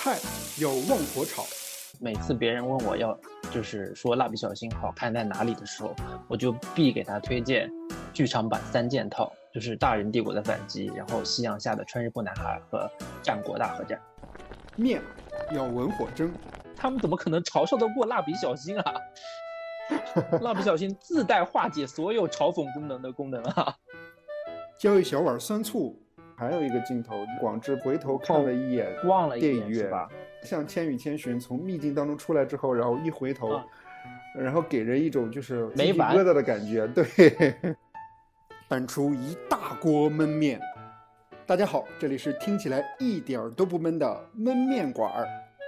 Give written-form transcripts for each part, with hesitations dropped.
菜要旺火炒。 每次别人问我要就是说蜡笔小新好看在哪里的时候，我就必给他推荐剧场版3件套，就是大人帝国的反击，然后夕阳下的春日部男孩和战国大合战。 面要文火蒸。 他们怎么可能嘲笑得过蜡笔小新啊？蜡笔小新自带化解所有嘲讽功能啊！ 浇一小碗酸醋。还有一个镜头，广志回头看了一眼忘了电影院， 是吧？ 像《千与千寻》从秘境当中出来之后，然后一回头，然后给人一种就是鸡皮疙瘩的感觉。对，搬出一大锅焖面。大家好，这里是听起来一点都不闷的焖面馆。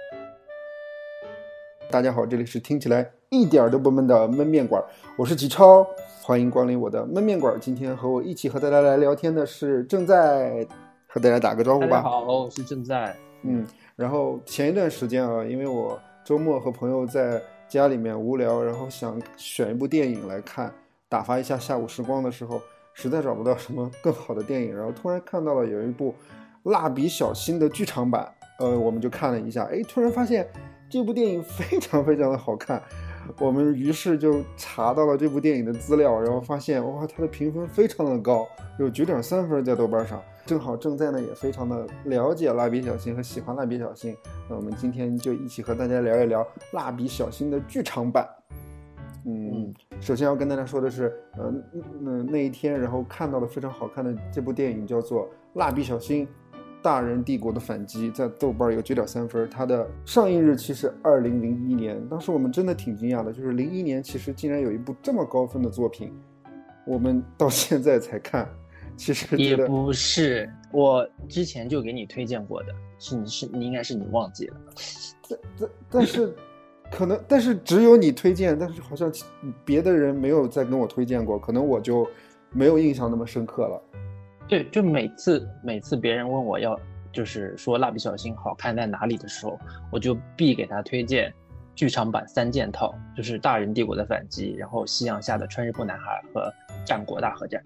大家好，这里是听起来一点都不闷的焖面馆，我是纪超，欢迎光临我的焖面馆。今天和我一起和大家来聊天的是正在，和大家打个招呼吧。 大家好，我是正在。 然后前一段时间啊，因为我周末和朋友在家里面无聊，然后想选一部电影来看，打发一下下午时光的时候，实在找不到什么更好的电影，然后突然看到了有一部蜡笔小新的剧场版，我们就看了一下，突然发现这部电影非常非常的好看，我们于是就查到了这部电影的资料，然后发现哇，它的评分非常的高，有9.3分在豆瓣上。正好正在呢也非常的了解蜡笔小新和喜欢蜡笔小新，那我们今天就一起和大家聊一聊蜡笔小新的剧场版。首先要跟大家说的是，那一天然后看到了非常好看的这部电影叫做《蜡笔小新大人帝国的反击》，在豆瓣有9.3分，它的上映日期是2001年。当时我们真的挺惊讶的，就是01年其实竟然有一部这么高分的作品，我们到现在才看。其实也不是，我之前就给你推荐过的，你应该是你忘记了。 但是可能，但是只有你推荐，但是好像别的人没有再跟我推荐过，可能我就没有印象那么深刻了。 对，就每次别人问我要就是说蜡笔小新好看在哪里的时候，我就必给他推荐剧场版3件套，就是大人帝国的反击，然后夕阳下的春日部男孩和战国大合战。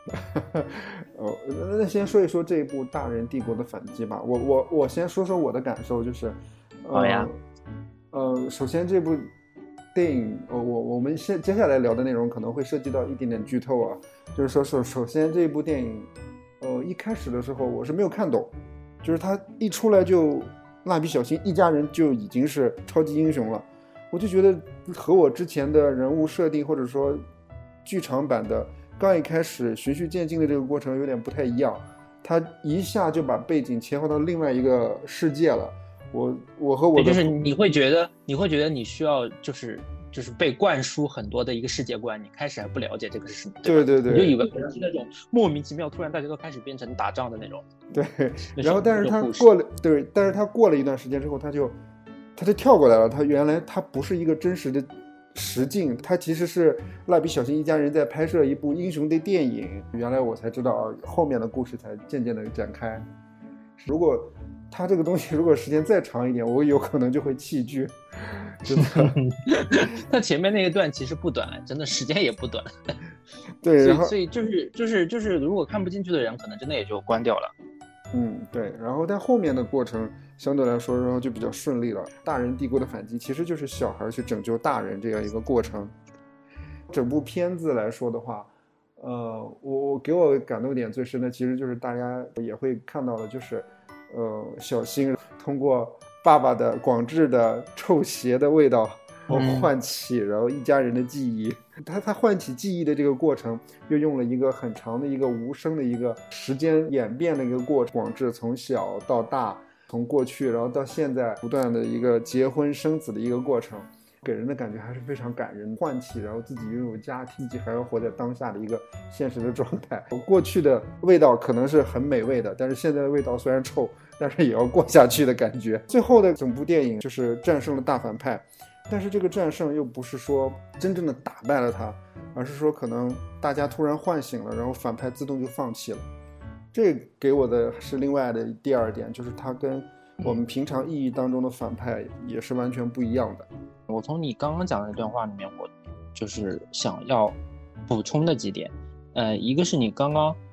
那先说一说这一部大人帝国的反击吧。我先说说我的感受，就是好呀。 首先这部电影，我们接下来聊的内容可能会涉及到一点点剧透啊。就是说首先这部电影，一开始的时候我是没有看懂，就是他一出来就蜡笔小新一家人就已经是超级英雄了，我就觉得和我之前的人物设定或者说剧场版的刚一开始循序渐进的这个过程有点不太一样，他一下就把背景切换到另外一个世界了。我和我的就是你会觉得你需要就是被灌输很多的一个世界观，你开始还不了解这个是什么， 对， 你就以为是那种莫名其妙突然大家都开始变成打仗的那种。 对，然后但是他过了一段时间之后，他就跳过来了，他原来他不是一个真实的实境，他其实是蜡笔小新一家人在拍摄一部英雄的电影。原来我才知道后面的故事才渐渐的展开。如果他这个东西如果时间再长一点，我有可能就会弃剧，真的。 他前面那一段其实不短，真的时间也不短。 对，然后所以就是如果看不进去的人，可能真的也就关掉了。 对，然后但后面的过程相对来说，然后就比较顺利了。大人帝国的反击其实就是小孩去拯救大人这样一个过程。整部片子来说的话，我给我感动点最深的，其实就是大家也会看到的，就是小新通过爸爸的广志的臭鞋的味道唤起然后一家人的记忆。他唤起记忆的这个过程又用了一个很长的一个无声的一个时间演变的一个过程。广志从小到大，从过去然后到现在不断的一个结婚生子的一个过程，给人的感觉还是非常感人，唤起然后自己拥有家庭，自己还要活在当下的一个现实的状态。过去的味道可能是很美味的，但是现在的味道虽然臭，但是也要过下去的感觉。最后的整部电影就是战胜了大反派，但是这个战胜又不是说真正的打败了他，而是说可能大家突然唤醒了，然后反派自动就放弃了。这给我的是另外的第二点，就是他跟我们平常意义当中的反派也是完全不一样的。 我从你刚刚讲的那段话里面，我就是想要补充的几点。一个是你刚刚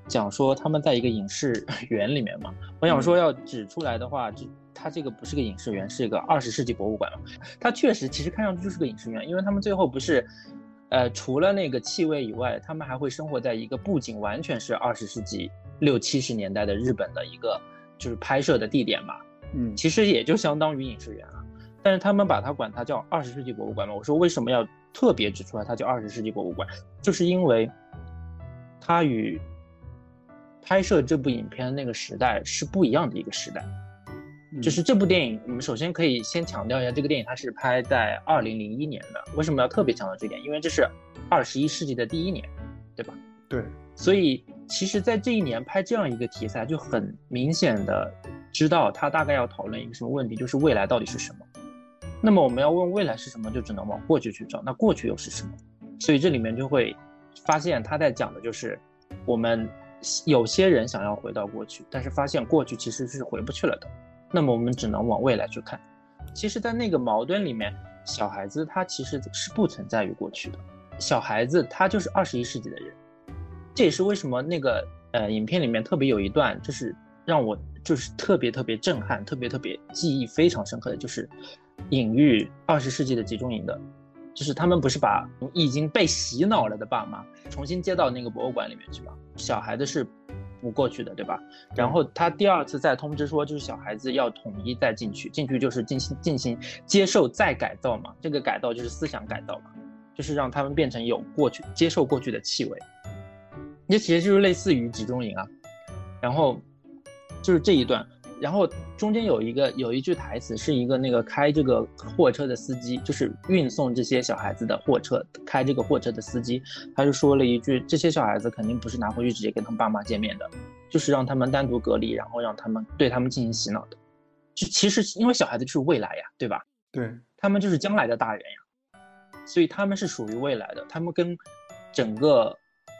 讲说他们在一个影视园里面嘛，我想说要指出来的话，它这个不是个影视园，是一个20世纪博物馆嘛。它确实其实看上去就是个影视园，因为他们最后不是，除了那个气味以外，他们还会生活在一个布景完全是20世纪60、70年代的日本的一个就是拍摄的地点嘛。其实也就相当于影视园了，但是他们管它叫20世纪博物馆嘛。我说为什么要特别指出来它叫20世纪博物馆，就是因为它与拍摄这部影片的那个时代是不一样的一个时代。就是这部电影，我们首先可以先强调一下，这个电影它是拍在2001年的。为什么要特别强调这点？因为这是21世纪的第一年，对吧？ 对。 所以其实在这一年拍这样一个题材，就很明显的知道他大概要讨论一个什么问题，就是未来到底是什么。那么我们要问未来是什么，就只能往过去去找，那过去又是什么？所以这里面就会发现他在讲的就是我们有些人想要回到过去，但是发现过去其实是回不去了的，那么我们只能往未来去看。其实在那个矛盾里面，小孩子他其实是不存在于过去的，小孩子他就是21世纪的人。这也是为什么那个影片里面特别有一段就是让我就是特别震撼，特别记忆非常深刻的，就是隐喻20世纪的集中营的，就是他们不是把已经被洗脑了的爸妈重新接到那个博物馆里面去吗？小孩子是不过去的，对吧？然后他第二次再通知说，就是小孩子要统一再进去就是进行接受再改造嘛，这个改造就是思想改造嘛，就是让他们变成有过去接受过去的气味，这其实就是类似于集中营啊。然后就是这一段，然后中间有一句台词，是一个那个开这个货车的司机，就是运送这些小孩子的货车，开这个货车的司机，他就说了一句，这些小孩子肯定不是拿回去直接跟他们爸妈见面的，就是让他们单独隔离，然后让他们对他们进行洗脑的。就其实因为小孩子就是未来呀，对吧？ 对， 他们就是将来的大人呀，所以他们是属于未来的，他们跟整个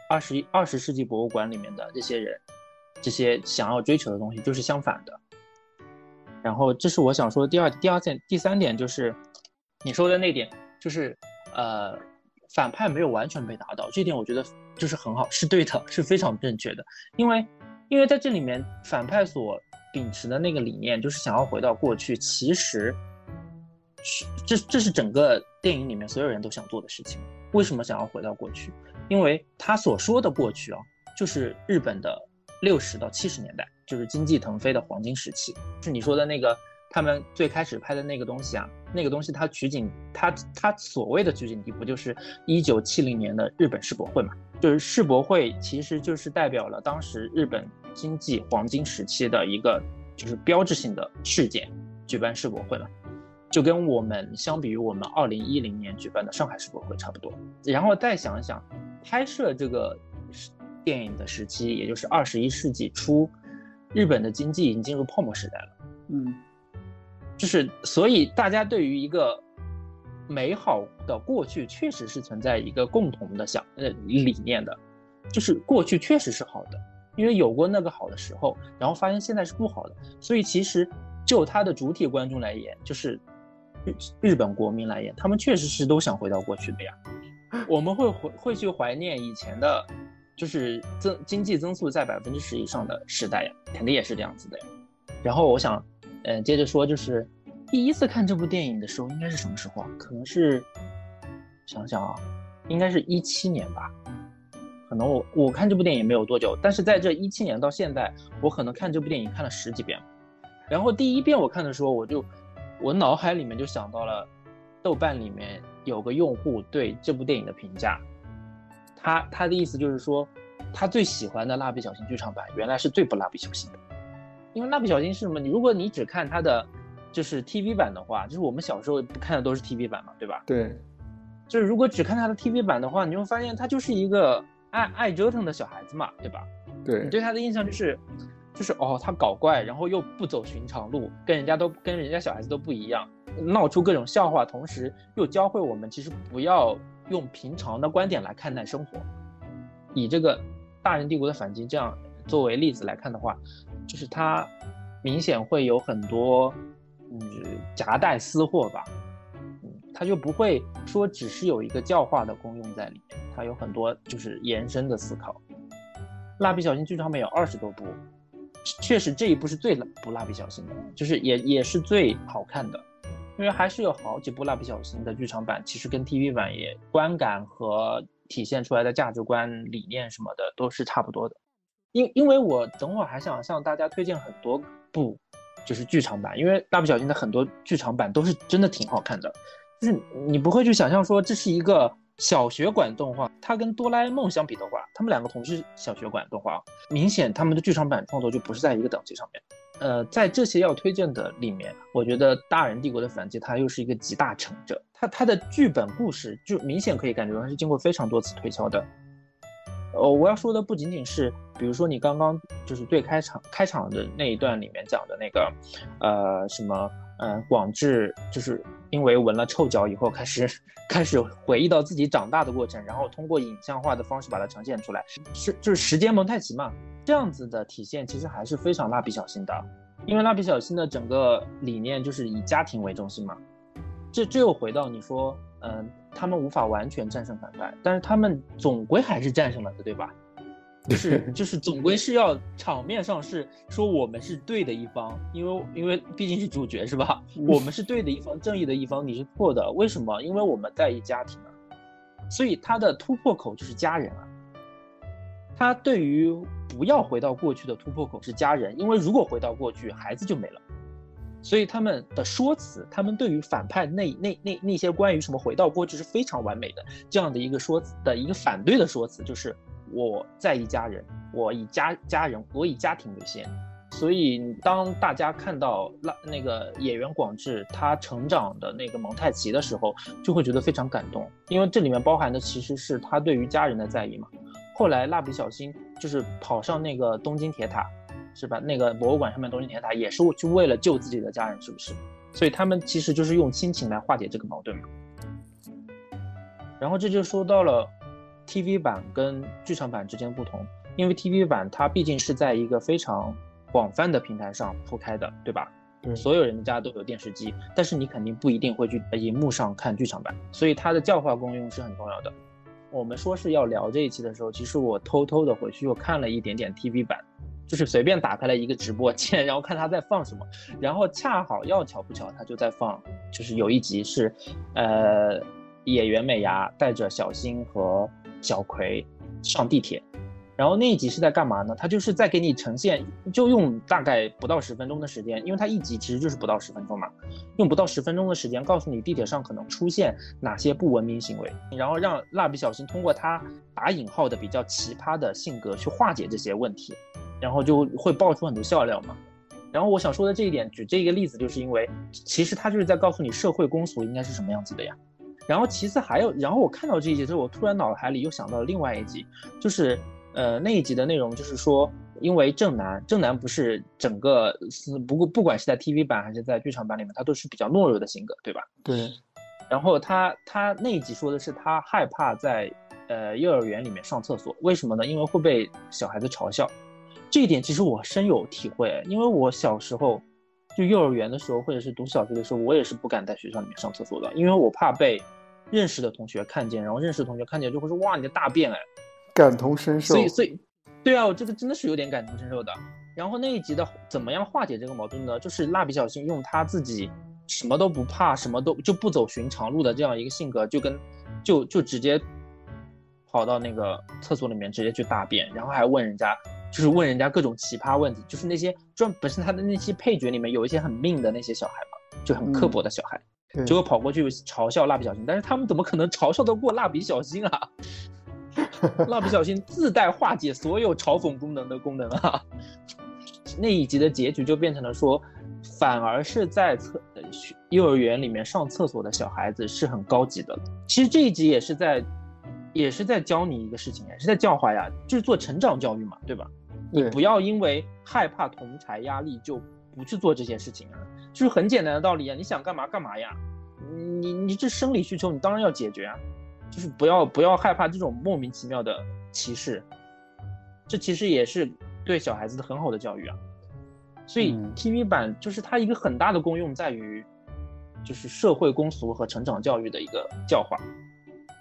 20世纪博物馆里面的这些人，这些想要追求的东西就是相反的。然后这是我想说的第三点，就是你说的那点，就是反派没有完全被打倒，这点我觉得就是很好，是对的，是非常正确的。因为在这里面反派所秉持的那个理念就是想要回到过去，其实这是整个电影里面所有人都想做的事情。为什么想要回到过去？因为他所说的过去就是日本的60到70年代，就是经济腾飞的黄金时期。就是你说的那个他们最开始拍的那个东西那个东西它取景，它所谓的取景地不就是1970年的日本世博会嘛？就是世博会其实就是代表了当时日本经济黄金时期的一个就是标志性的事件，举办世博会嘛，就跟我们相比于我们2010年举办的上海世博会差不多。然后再想一想拍摄这个电影的时期，也就是21世纪初，日本的经济已经进入泡沫时代了。就是所以大家对于一个美好的过去确实是存在一个共同的理念的，就是过去确实是好的，因为有过那个好的时候，然后发现现在是不好的。所以其实就他的主体观众来言，就是日本国民来言，他们确实是都想回到过去的呀。我们会去怀念以前的就是经济增速在10%以上的时代呀，肯定也是这样子的呀。然后我想接着说，就是第一次看这部电影的时候应该是什么时候可能是想想应该是17年吧。可能我看这部电影没有多久，但是在这17年到现在，我可能看这部电影看了10几遍。然后第一遍我看的时候，我脑海里面就想到了豆瓣里面有个用户对这部电影的评价，他的意思就是说，他最喜欢的蜡笔小新剧场版原来是最不蜡笔小新的。因为蜡笔小新是什么？如果你只看他的就是 TV 版的话，就是我们小时候看的都是 TV 版嘛，对吧？ 对， 就是如果只看他的 TV 版的话，你会发现他就是一个爱折腾的小孩子嘛，对吧？ 对， 你对他的印象就是他搞怪，然后又不走寻常路，跟人家小孩子都不一样，闹出各种笑话，同时又教会我们其实不要用平常的观点来看待生活。以这个大人帝国的反击这样作为例子来看的话，就是它明显会有很多夹带私货吧，它就不会说只是有一个教化的功用在里面，它有很多就是延伸的思考。 蜡笔小新剧场版有20多部，确实这一部是最不蜡笔小新的，就是也是最好看的，因为还是有好几部蜡笔小新的剧场版，其实跟 TV 版也观感和体现出来的价值观、理念什么的都是差不多的。因为我等会儿还想向大家推荐很多部就是剧场版，因为蜡笔小新的很多剧场版都是真的挺好看的，就是你不会去想象说这是一个小学馆动画，它跟哆啦 A 梦相比的话，他们两个同是小学馆动画，明显他们的剧场版创作就不是在一个等级上面。在这些要推荐的里面，我觉得《大人帝国的反击》它又是一个集大成者，它的剧本故事就明显可以感觉到是经过非常多次推敲的。我要说的不仅仅是，比如说你刚刚就是对开场的那一段里面讲的那个，广志就是因为闻了臭脚以后开始回忆到自己长大的过程，然后通过影像化的方式把它呈现出来，就是时间蒙太奇嘛，这样子的体现其实还是非常蜡笔小新的，因为蜡笔小新的整个理念就是以家庭为中心嘛，这又回到你说，他们无法完全战胜反派，但是他们总归还是战胜了的，对吧？就是总归是要场面上是说我们是对的一方，因为毕竟是主角是吧？我们是对的一方，正义的一方，你是错的，为什么？因为我们在意家庭啊，所以他的突破口就是家人啊。他对于不要回到过去的突破口是家人，因为如果回到过去，孩子就没了。所以他们的说辞，他们对于反派那些关于什么回到过去是非常完美的，这样的一个说辞的一个反对的说辞，就是我在意家人，我以家人，我以家庭为先。所以当大家看到那个野原广志他成长的那个蒙太奇的时候，就会觉得非常感动，因为这里面包含的其实是他对于家人的在意嘛。后来蜡笔小新就是跑上那个东京铁塔，是吧？那个博物馆上面东京铁塔也是就为了救自己的家人，是不是？所以他们其实就是用亲情来化解这个矛盾嘛。然后这就说到了 TV 版跟剧场版之间的不同，因为 TV 版它毕竟是在一个非常广泛的平台上铺开的，对吧？ 对， 所有人家都有电视机，但是你肯定不一定会去荧幕上看剧场版，所以它的教化功用是很重要的。我们说是要聊这一期的时候，其实我偷偷的回去又看了一点点 TV 版，就是随便打开了一个直播键，然后看他在放什么，然后恰好要巧不巧他就在放，就是有一集是野原美伢带着小新和小葵上地铁，然后那一集是在干嘛呢？他就是在给你呈现，就用大概不到10分钟的时间，因为他一集其实就是不到10分钟嘛，用不到10分钟的时间告诉你地铁上可能出现哪些不文明行为，然后让蜡笔小新通过他打引号的比较奇葩的性格去化解这些问题，然后就会爆出很多笑料嘛。然后我想说的这一点，举这个例子，就是因为其实他就是在告诉你社会公俗应该是什么样子的呀。然后其次还有，然后我看到这一集之后，我突然脑海里又想到了另外一集，就是那一集的内容就是说，因为正南不是整个不管是在 TV 版还是在剧场版里面，他都是比较懦弱的性格，对吧？ 对。 然后他那一集说的是他害怕在幼儿园里面上厕所，为什么呢？因为会被小孩子嘲笑。这一点其实我深有体会，因为我小时候就幼儿园的时候，或者是读小学的时候，我也是不敢在学校里面上厕所的，因为我怕被认识的同学看见，然后认识的同学看见就会说哇你的大便哎， 感同身受。 所以对啊，我这个真的是有点感同身受的。然后那一集的怎么样化解这个矛盾呢？就是蜡笔小新用他自己什么都不怕，什么都就不走寻常路的这样一个性格，就直接跑到那个厕所里面直接去大便，然后还问人家各种奇葩问题，就是那些本身他的那些配角里面有一些很命的那些小孩嘛，就很刻薄的小孩，结果跑过去嘲笑蜡笔小新，但是他们怎么可能嘲笑得过蜡笔小新啊？蜡笔小新自带化解所有嘲讽功能的功能啊！那一集的结局就变成了说，反而是在幼儿园里面上厕所的小孩子是很高级的。其实这一集也是在教你一个事情，也是在教化呀，就是做成长教育嘛，对吧？你不要因为害怕同侪压力就不去做这些事情啊，就是很简单的道理啊，你想干嘛干嘛呀，你这生理需求你当然要解决啊，就是不要害怕这种莫名其妙的歧视，这其实也是对小孩子的很好的教育啊。所以 TV 版就是它一个很大的功用在于就是社会公俗和成长教育的一个教化。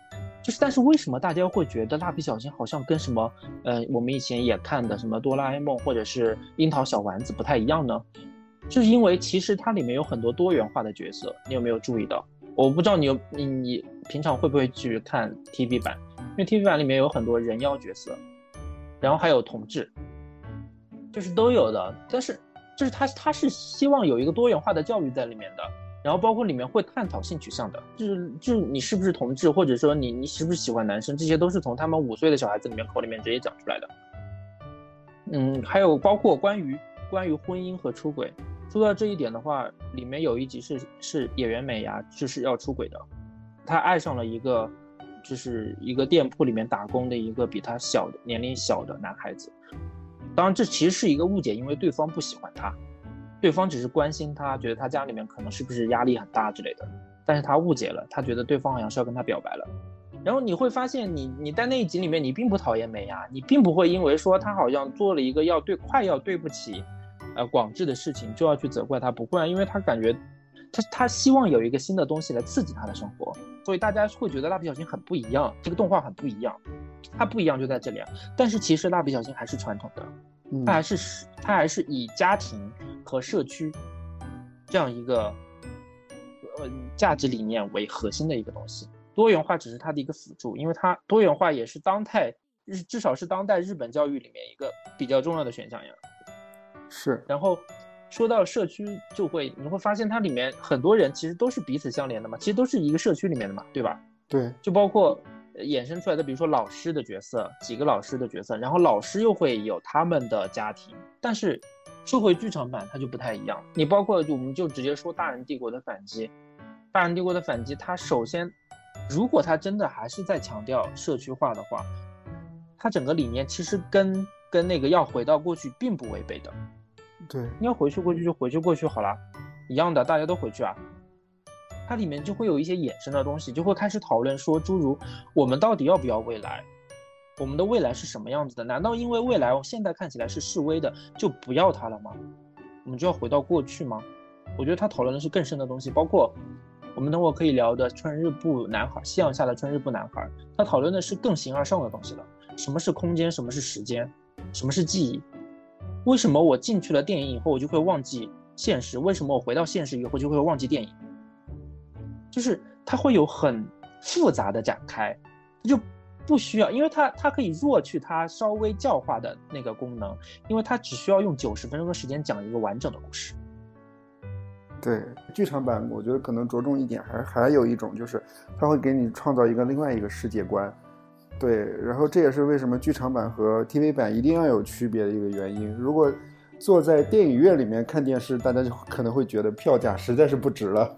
就是但是为什么大家会觉得蜡笔小新好像跟什么我们以前也看的什么哆啦 A 梦或者是樱桃小丸子不太一样呢？就是因为其实它里面有很多多元化的角色，你有没有注意到？我不知道你平常会不会去看 TV 版，因为 TV 版里面有很多人妖角色，然后还有同志，就是都有的。但是就是他是希望有一个多元化的教育在里面的，然后包括里面会探讨性取向的，就是你是不是同志，或者说你是不是喜欢男生，这些都是从他们5岁的小孩子口里面直接讲出来的。还有包括关于婚姻和出轨。说到这一点的话，里面有一集是野原美伢就是要出轨的，她爱上了一个就是一个店铺里面打工的一个比她年龄小的男孩子。当然这其实是一个误解，因为对方不喜欢她，对方只是关心她，觉得她家里面可能是不是压力很大之类的，但是她误解了，她觉得对方好像是要跟她表白了。然后你会发现你在那一集里面你并不讨厌美伢，你并不会因为说她好像做了一个快要对不起广志的事情就要去责怪他，不会，因为他感觉他希望有一个新的东西来刺激他的生活，所以大家会觉得蜡笔小新很不一样，这个动画很不一样，它不一样就在这里啊。但是其实蜡笔小新还是传统的，它还是以家庭和社区这样一个价值理念为核心的一个东西，多元化只是它的一个辅助，因为它多元化也是至少是当代日本教育里面一个比较重要的选项呀。 是， 然后说到社区，你会发现它里面很多人其实都是彼此相连的嘛，其实都是一个社区里面的嘛，对吧？ 对， 就包括衍生出来的，比如说老师的角色，几个老师的角色，然后老师又会有他们的家庭，但是说回剧场版它就不太一样。你包括我们就直接说大人帝国的反击，大人帝国的反击，它首先如果它真的还是在强调社区化的话，它整个理念其实跟那个要回到过去并不违背的。 对， 你要回去过去就回去过去好了，一样的，大家都回去啊。它里面就会有一些衍生的东西，就会开始讨论说，诸如我们到底要不要未来，我们的未来是什么样子的？难道因为未来现在看起来是示威的，就不要它了吗？我们就要回到过去吗？我觉得他讨论的是更深的东西，包括我们等会可以聊的春日部男孩，夕阳下的春日部男孩，他讨论的是更形而上的东西了。什么是空间？什么是时间？什么是记忆？为什么我进去了电影以后我就会忘记现实？为什么我回到现实以后就会忘记电影？就是它会有很复杂的展开，就不需要，因为它可以弱去它稍微教化的那个功能，因为它只需要用90分钟的时间讲一个完整的故事。 对，剧场版我觉得可能着重一点还有一种就是它会给你创造另外一个世界观。对，然后这也是为什么剧场版和 TV 版一定要有区别的一个原因。如果坐在电影院里面看电视，大家就可能会觉得票价实在是不值了。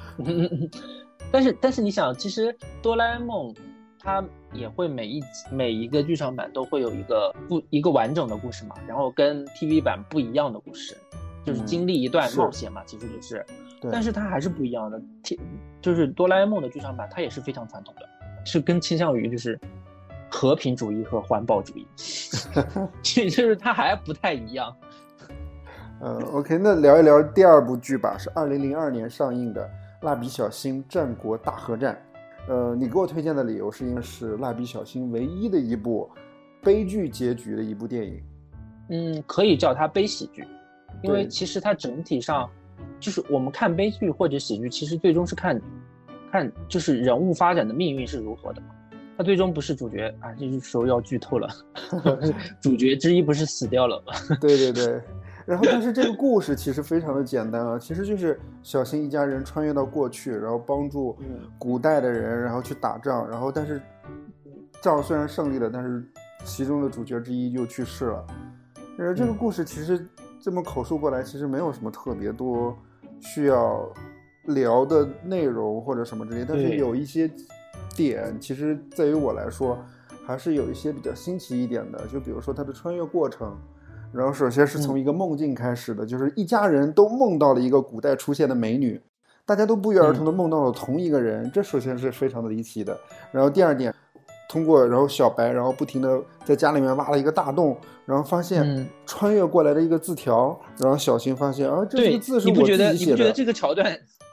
但是你想，其实哆啦 A 梦它也会每一个剧场版都会有一个完整的故事嘛，然后跟 TV 版不一样的故事，就是经历一段冒险嘛，其实就是，但是它还是不一样的。就是哆啦 A 梦的剧场版，它也是非常传统的，是更倾向于就是和平主义和环保主义，就是它还不太一样。 OK， 那聊一聊第二部剧吧，是2002年上映的《蜡笔小新战国大合战》。你给我推荐的理由是因为是蜡笔小新唯一的一部悲剧结局的一部电影。 可以叫它悲喜剧，因为其实它整体上就是我们看悲剧或者喜剧，其实最终是看就是人物发展的命运是如何的嘛。它最终不是主角啊，这时候要剧透了，主角之一不是死掉了吗？ 对对对。然后但是这个故事其实非常的简单啊，其实就是小新一家人穿越到过去，然后帮助古代的人，然后去打仗，然后但是仗虽然胜利了，但是其中的主角之一就去世了。这个故事其实这么口述过来，其实没有什么特别多需要聊的内容或者什么之类，但是有一些点其实在于我来说还是有一些比较新奇一点的，就比如说它的穿越过程。然后首先是从一个梦境开始的，就是一家人都梦到了一个古代出现的美女，大家都不约而同的梦到了同一个人，这首先是非常的离奇的。然后第二点，通过然后小白然后不停的在家里面挖了一个大洞，然后发现穿越过来的一个字条，然后小新发现这个字是我自己写的。 你不觉得这个桥段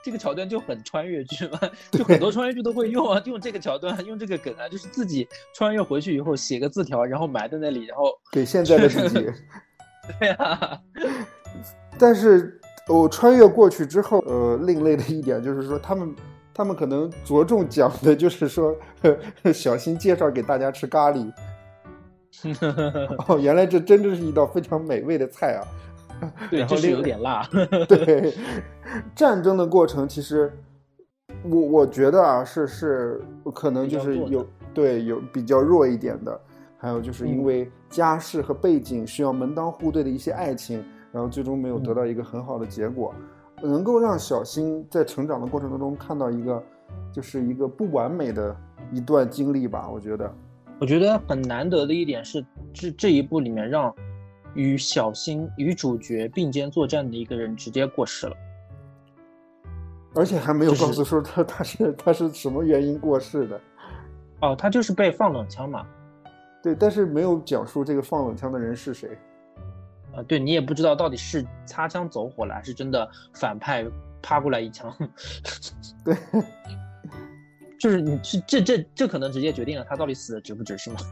这个桥段就很穿越剧嘛，就很多穿越剧都会用啊，用这个桥段，用这个梗啊，就是自己穿越回去以后写个字条，然后埋在那里，然后给现在的自己。 对啊。 但是我穿越过去之后，另类的一点就是说，他们可能着重讲的就是说，小新介绍给大家吃咖喱。哦，原来这真的是一道非常美味的菜啊！ 对，就是有点辣。 对，战争的过程其实，我觉得啊，是可能就是有比较弱一点的，还有就是因为家世和背景需要门当户对的一些爱情，然后最终没有得到一个很好的结果，能够让小新在成长的过程当中看到一个就是一个不完美的一段经历吧，我觉得很难得的一点是这一部里面让与小新与主角并肩作战的一个人直接过世了， 而且还没有告诉说他是什么原因过世的。 哦，他就是被放冷枪嘛。 对，但是没有讲述这个放冷枪的人是谁。 对，你也不知道到底是擦枪走火了，还是真的反派趴过来一枪。 对， 就是你这可能直接决定了他到底死的值不值，是吗？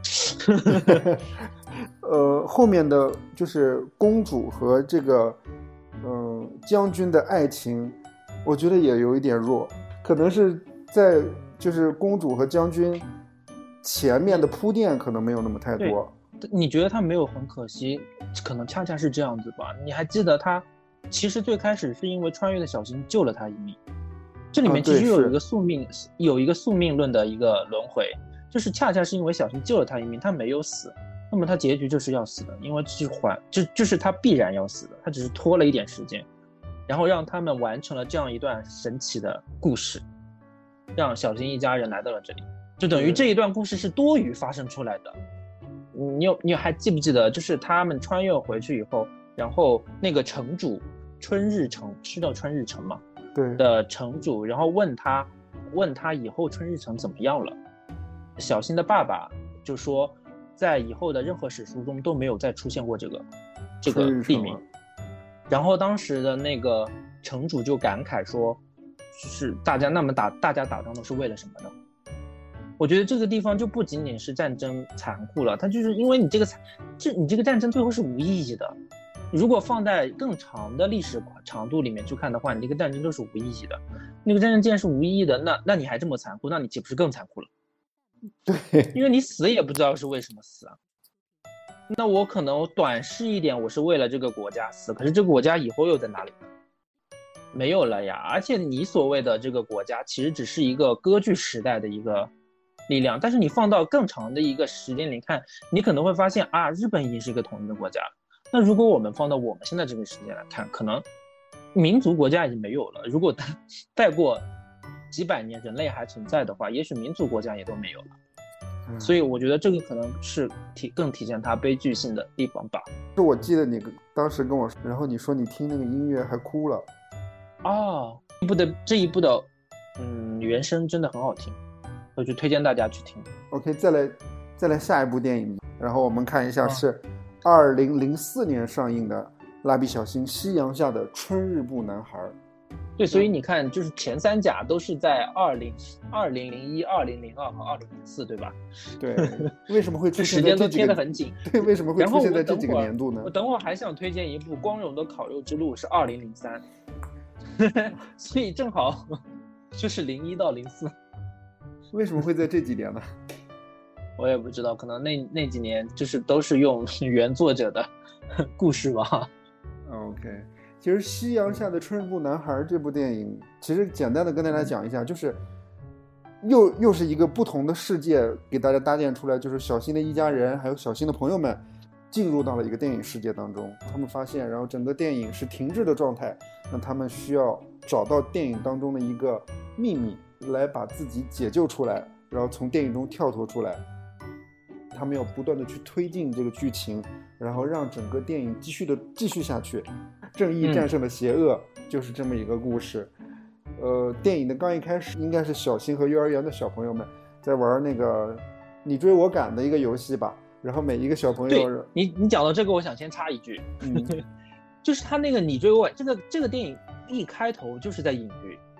后面的就是公主和这个将军的爱情，我觉得也有一点弱，可能是在就是公主和将军前面的铺垫可能没有那么太多。 你觉得他没有很可惜，可能恰恰是这样子吧。你还记得他其实最开始是因为穿越的小新救了他一命，这里面其实有一个宿命论的一个轮回，就是恰恰是因为小新救了他一命，他没有死，那么他结局就是要死的，因为就是他必然要死的，他只是拖了一点时间，然后让他们完成了这样一段神奇的故事，让小新一家人来到了这里，就等于这一段故事是多余发生出来的。你还记不记得，就是他们穿越回去以后，然后那个城主春日城，是叫春日城吗？ 对的城主，然后问他以后春日城怎么样了，小新的爸爸就说在以后的任何史书中都没有再出现过这个地名。然后当时的那个城主就感慨说，是大家打仗都是为了什么呢？我觉得这个地方就不仅仅是战争残酷了，它就是因为你这个战争最后是无意义的。如果放在更长的历史长度里面去看的话，你这个战争都是无意义的。那个战争既然是无意义的，那你还这么残酷，那你岂不是更残酷了？ 对， 因为你死也不知道是为什么死啊。那我可能短视一点，我是为了这个国家死，可是这个国家以后又在哪里呢？没有了呀。而且你所谓的这个国家其实只是一个割据时代的一个力量，但是你放到更长的一个时间里看，你可能会发现啊，日本已经是一个统一的国家了。那如果我们放到我们现在这个时间来看，可能民族国家已经没有了。如果再过几百年人类还存在的话，也许民族国家也都没有了。所以我觉得这个可能是更体现它悲剧性的地方吧。 是我记得你当时跟我说，然后你说你听那个音乐还哭了。 哦，这一部的原声真的很好听，我就推荐大家去听。 OK， 再来下一部电影，然后我们看一下是2004年上映的《蜡笔小新：夕阳下的春日部男孩》。 对，所以你看，就是前三甲都是在2001、2002和2004，对吧？ 对，为什么会出现时间都贴得很紧？ 对，为什么会出现在这几个年度呢？ 我等会儿还想推荐一部《光荣的烤肉之路》，是2003，所以正好就是01到04。 为什么会在这几年呢？ 我也不知道，可能那几年就是都是用原作者的故事吧。 OK。其实《夕阳下的春日部男孩》这部电影，其实简单的跟大家讲一下，就是又是一个不同的世界给大家搭建出来，就是小新的一家人还有小新的朋友们进入到了一个电影世界当中，他们发现然后整个电影是停滞的状态，那他们需要找到电影当中的一个秘密来把自己解救出来，然后从电影中跳脱出来，他们要不断的去推进这个剧情，然后让整个电影继续下去，正义战胜了邪恶，就是这么一个故事。电影的刚一开始应该是小新和幼儿园的小朋友们在玩那个你追我赶的一个游戏吧，然后每一个小朋友， 对，你讲到这个，我想先插一句，就是他那个你追我赶，这个电影一开头就是在隐喻，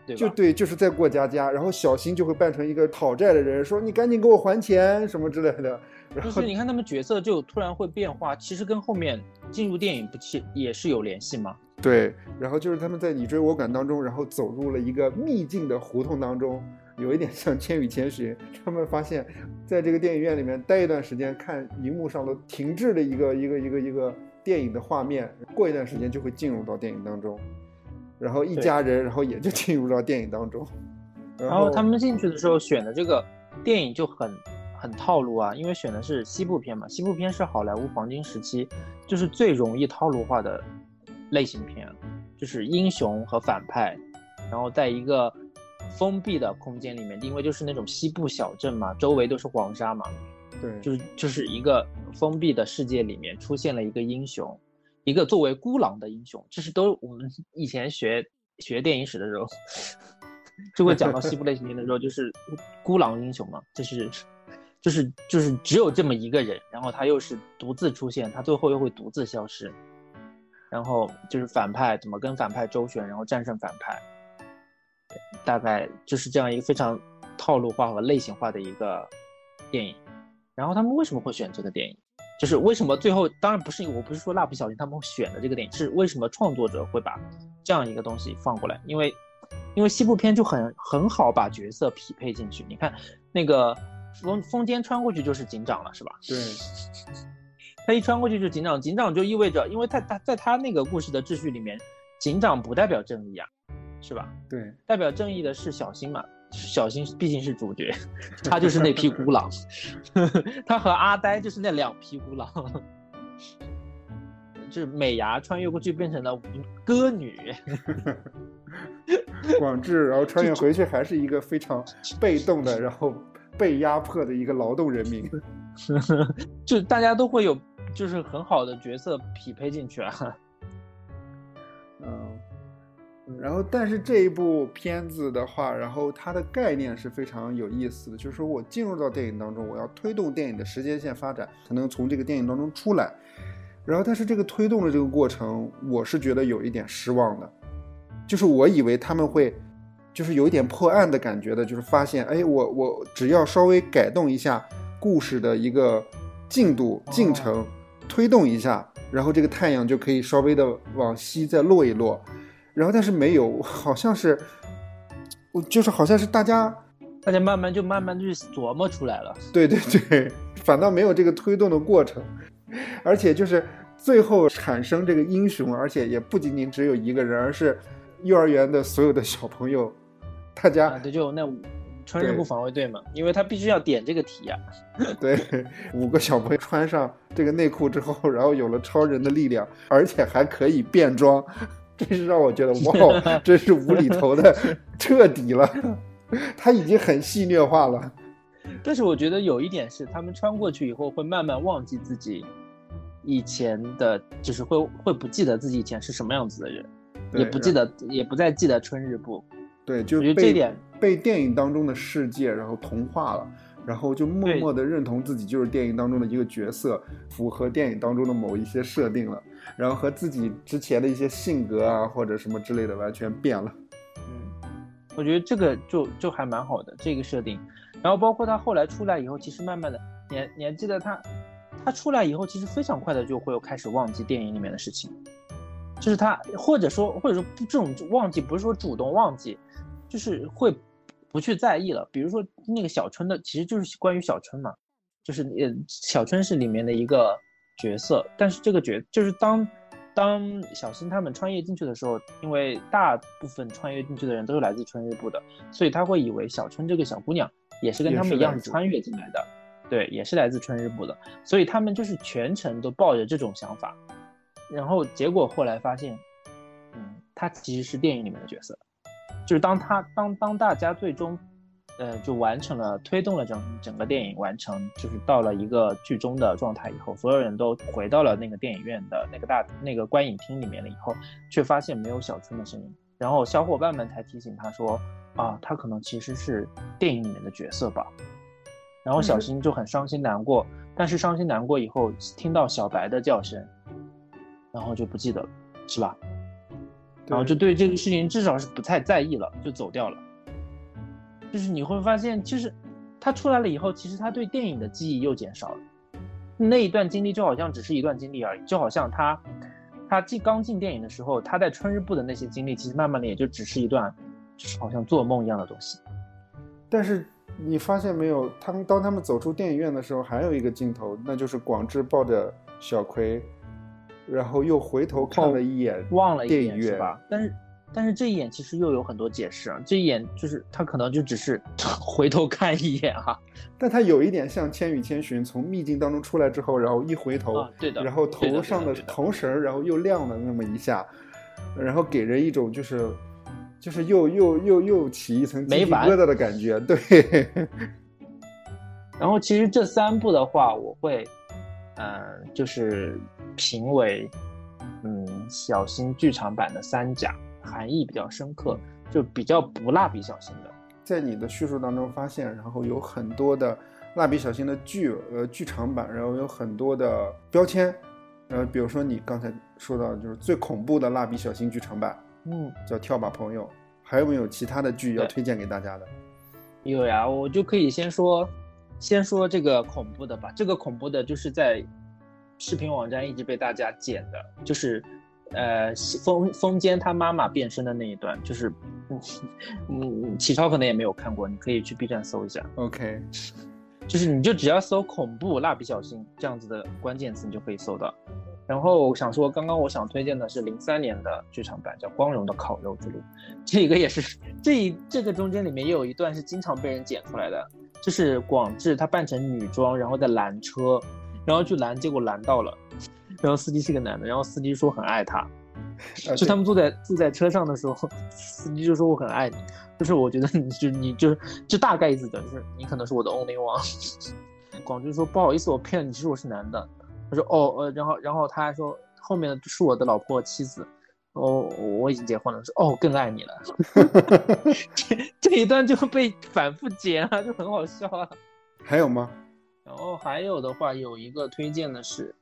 对吧？ 就对，就是在过家家，然后小新就会扮成一个讨债的人，说你赶紧给我还钱什么之类的。然后就是你看他们角色就突然会变化，其实跟后面进入电影不也是有联系吗？ 对，然后就是他们在你追我赶当中，然后走入了一个秘境的胡同当中，有一点像《千与千寻》。他们发现，在这个电影院里面待一段时间，看荧幕上的停滞的一个电影的画面，过一段时间就会进入到电影当中，然后一家人，然后也就进入到电影当中。 然后他们进去的时候选的这个电影就很套路啊，因为选的是西部片嘛，西部片是好莱坞黄金时期就是最容易套路化的类型片，就是英雄和反派，然后在一个封闭的空间里面，因为就是那种西部小镇嘛，周围都是黄沙嘛， 对， 就是一个封闭的世界里面出现了一个英雄，一个作为孤狼的英雄，这是都我们以前学电影史的时候就会讲到西部类型片的时候，就是孤狼英雄嘛，就是只有这么一个人，然后他又是独自出现，他最后又会独自消失，然后就是反派怎么跟反派周旋，然后战胜反派，大概就是这样一个非常套路化和类型化的一个电影。然后他们为什么会选这个电影？就是为什么最后，当然我不是说蜡笔小新他们选的这个电影，是为什么创作者会把这样一个东西放过来？因为西部片就很好把角色匹配进去。你看那个风间穿过去就是警长了，是吧？ 对， 他一穿过去就是警长，警长就意味着，因为他在他那个故事的秩序里面，警长不代表正义啊，是吧？ 对， 代表正义的是小新嘛，小新毕竟是主角，他就是那匹孤狼，他和阿呆就是那两匹孤狼，就是美伢穿越过去变成了歌女， 广志，然后穿越回去还是一个非常被动的，然后被压迫的一个劳动人民， 就大家都会有就是很好的角色匹配进去啊。 然后但是这一部片子的话，然后它的概念是非常有意思的，就是说我进入到电影当中，我要推动电影的时间线发展，才能从这个电影当中出来。然后但是这个推动的这个过程，我是觉得有一点失望的，就是我以为他们会就是有一点破案的感觉的，就是发现哎，我只要稍微改动一下故事的一个进度进程，推动一下，然后这个太阳就可以稍微的往西再落一落。然后但是没有，好像是大家慢慢就琢磨出来了。 对对对，反倒没有这个推动的过程，而且就是最后产生这个英雄，而且也不仅仅只有一个人，而是幼儿园的所有的小朋友，大家对，就那春日部防卫队嘛，因为他必须要点这个题啊。 对，5个小朋友穿上这个内裤之后，然后有了超人的力量，而且还可以变装。这是让我觉得哇，真是无厘头的彻底了，他已经很戏谑化了。 但是我觉得有一点是，他们穿过去以后会慢慢忘记自己以前的，就是会不记得自己以前是什么样子的人，也不再记得春日部。 对，就我觉得这一点被电影当中的世界然后同化了，然后就默默的认同自己就是电影当中的一个角色，符合电影当中的某一些设定了。然后和自己之前的一些性格啊或者什么之类的完全变了。 我觉得这个就还蛮好的这个设定。然后包括他后来出来以后，其实慢慢的，你还记得他出来以后，其实非常快的就会开始忘记电影里面的事情，就是他或者说这种忘记不是说主动忘记，就是会不去在意了。比如说那个小春的，其实就是关于小春嘛，就是小春是里面的一个角色，但是这个就是当小新他们穿越进去的时候，因为大部分穿越进去的人都是来自春日部的，所以他会以为小春这个小姑娘也是跟他们一样是穿越进来的，对，也是来自春日部的，所以他们就是全程都抱着这种想法，然后结果后来发现，他其实是电影里面的角色，就是当大家最终就完成了推动了整个电影完成，就是到了一个剧终的状态以后，所有人都回到了那个电影院的那个观影厅里面了以后，却发现没有小春的身影，然后小伙伴们才提醒他说啊，他可能其实是电影里面的角色吧。然后小新就很伤心难过，但是伤心难过以后听到小白的叫声，然后就不记得了，是吧？ 然后就对这个事情至少是不太在意了，就走掉了。就是你会发现，其实他出来了以后，其实他对电影的记忆又减少了。那一段经历就好像只是一段经历而已，就好像他刚进电影的时候，他在春日部的那些经历，其实慢慢的也就只是一段，就是好像做梦一样的东西。 但是你发现没有，当他们走出电影院的时候，还有一个镜头，那就是广志抱着小葵，然后又回头看了一眼， 望了一眼是吧？但是这一眼其实又有很多解释啊，这一眼就是他可能就只是回头看一眼哈， 但他有一点像《千与千寻》从秘境当中出来之后，然后一回头， 对的， 然后头上的头绳然后又亮了那么一下，然后给人一种就是又起一层鸡皮疙瘩的感觉，对。 然后其实这3部的话，我会就是评为小新剧场版的3甲，含义比较深刻，就比较不蜡笔小新的。 在你的叙述当中发现，然后有很多的蜡笔小新的剧场版，然后有很多的标签，比如说你刚才说到就是最恐怖的蜡笔小新剧场版，叫跳吧朋友，还有没有其他的剧要推荐给大家的？ 有呀，我就可以先说这个恐怖的吧。这个恐怖的就是在视频网站一直被大家剪的，就是风间他妈妈变身的那一段，就是启超可能也没有看过，你可以去 B 站搜一下。 OK， 就是你就只要搜恐怖蜡笔小新这样子的关键词，你就可以搜到。然后我想说，刚刚我想推荐的是03年的剧场版，叫《光荣的烤肉之路》。这个也是这个中间里面也有一段是经常被人剪出来的，就是广志他扮成女装，然后在拦车，然后去拦，结果拦到了，然后司机是个男的，然后司机说很爱他，就他们坐在车上的时候，司机就说我很爱你，就是我觉得你就大概意思的就是你可能是我的 only one。广志说不好意思，我骗了你，其实我是男的。他说然后他还说后面是我的老婆妻子，我已经结婚了，说更爱你了。这一段就被反复剪啊，就很好笑啊。 还有吗？ 然后还有的话，有一个推荐的是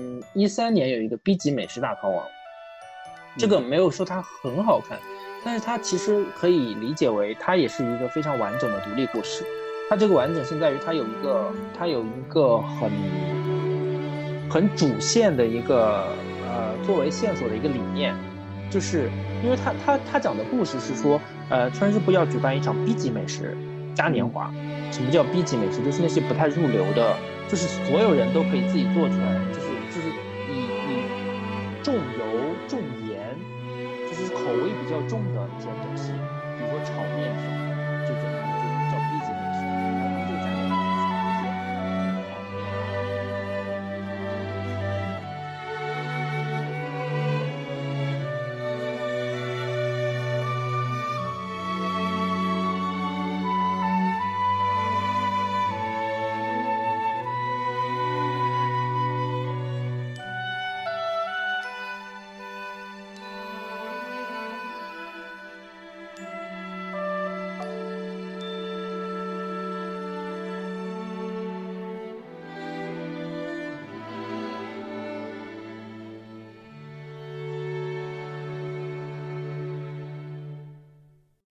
13年有一个 B 级美食大逃亡，这个没有说它很好看，但是它其实可以理解为它也是一个非常完整的独立故事。它这个完整性在于它有一个很主线的一个作为线索的一个理念，就是因为他讲的故事是说春日部要举办一场 B 级美食嘉年华。什么叫 B 级美食？就是那些不太入流的，就是所有人都可以自己做出来，就是以重油重盐，就是口味比较重的一些东西，比如说炒面什么的，就这样。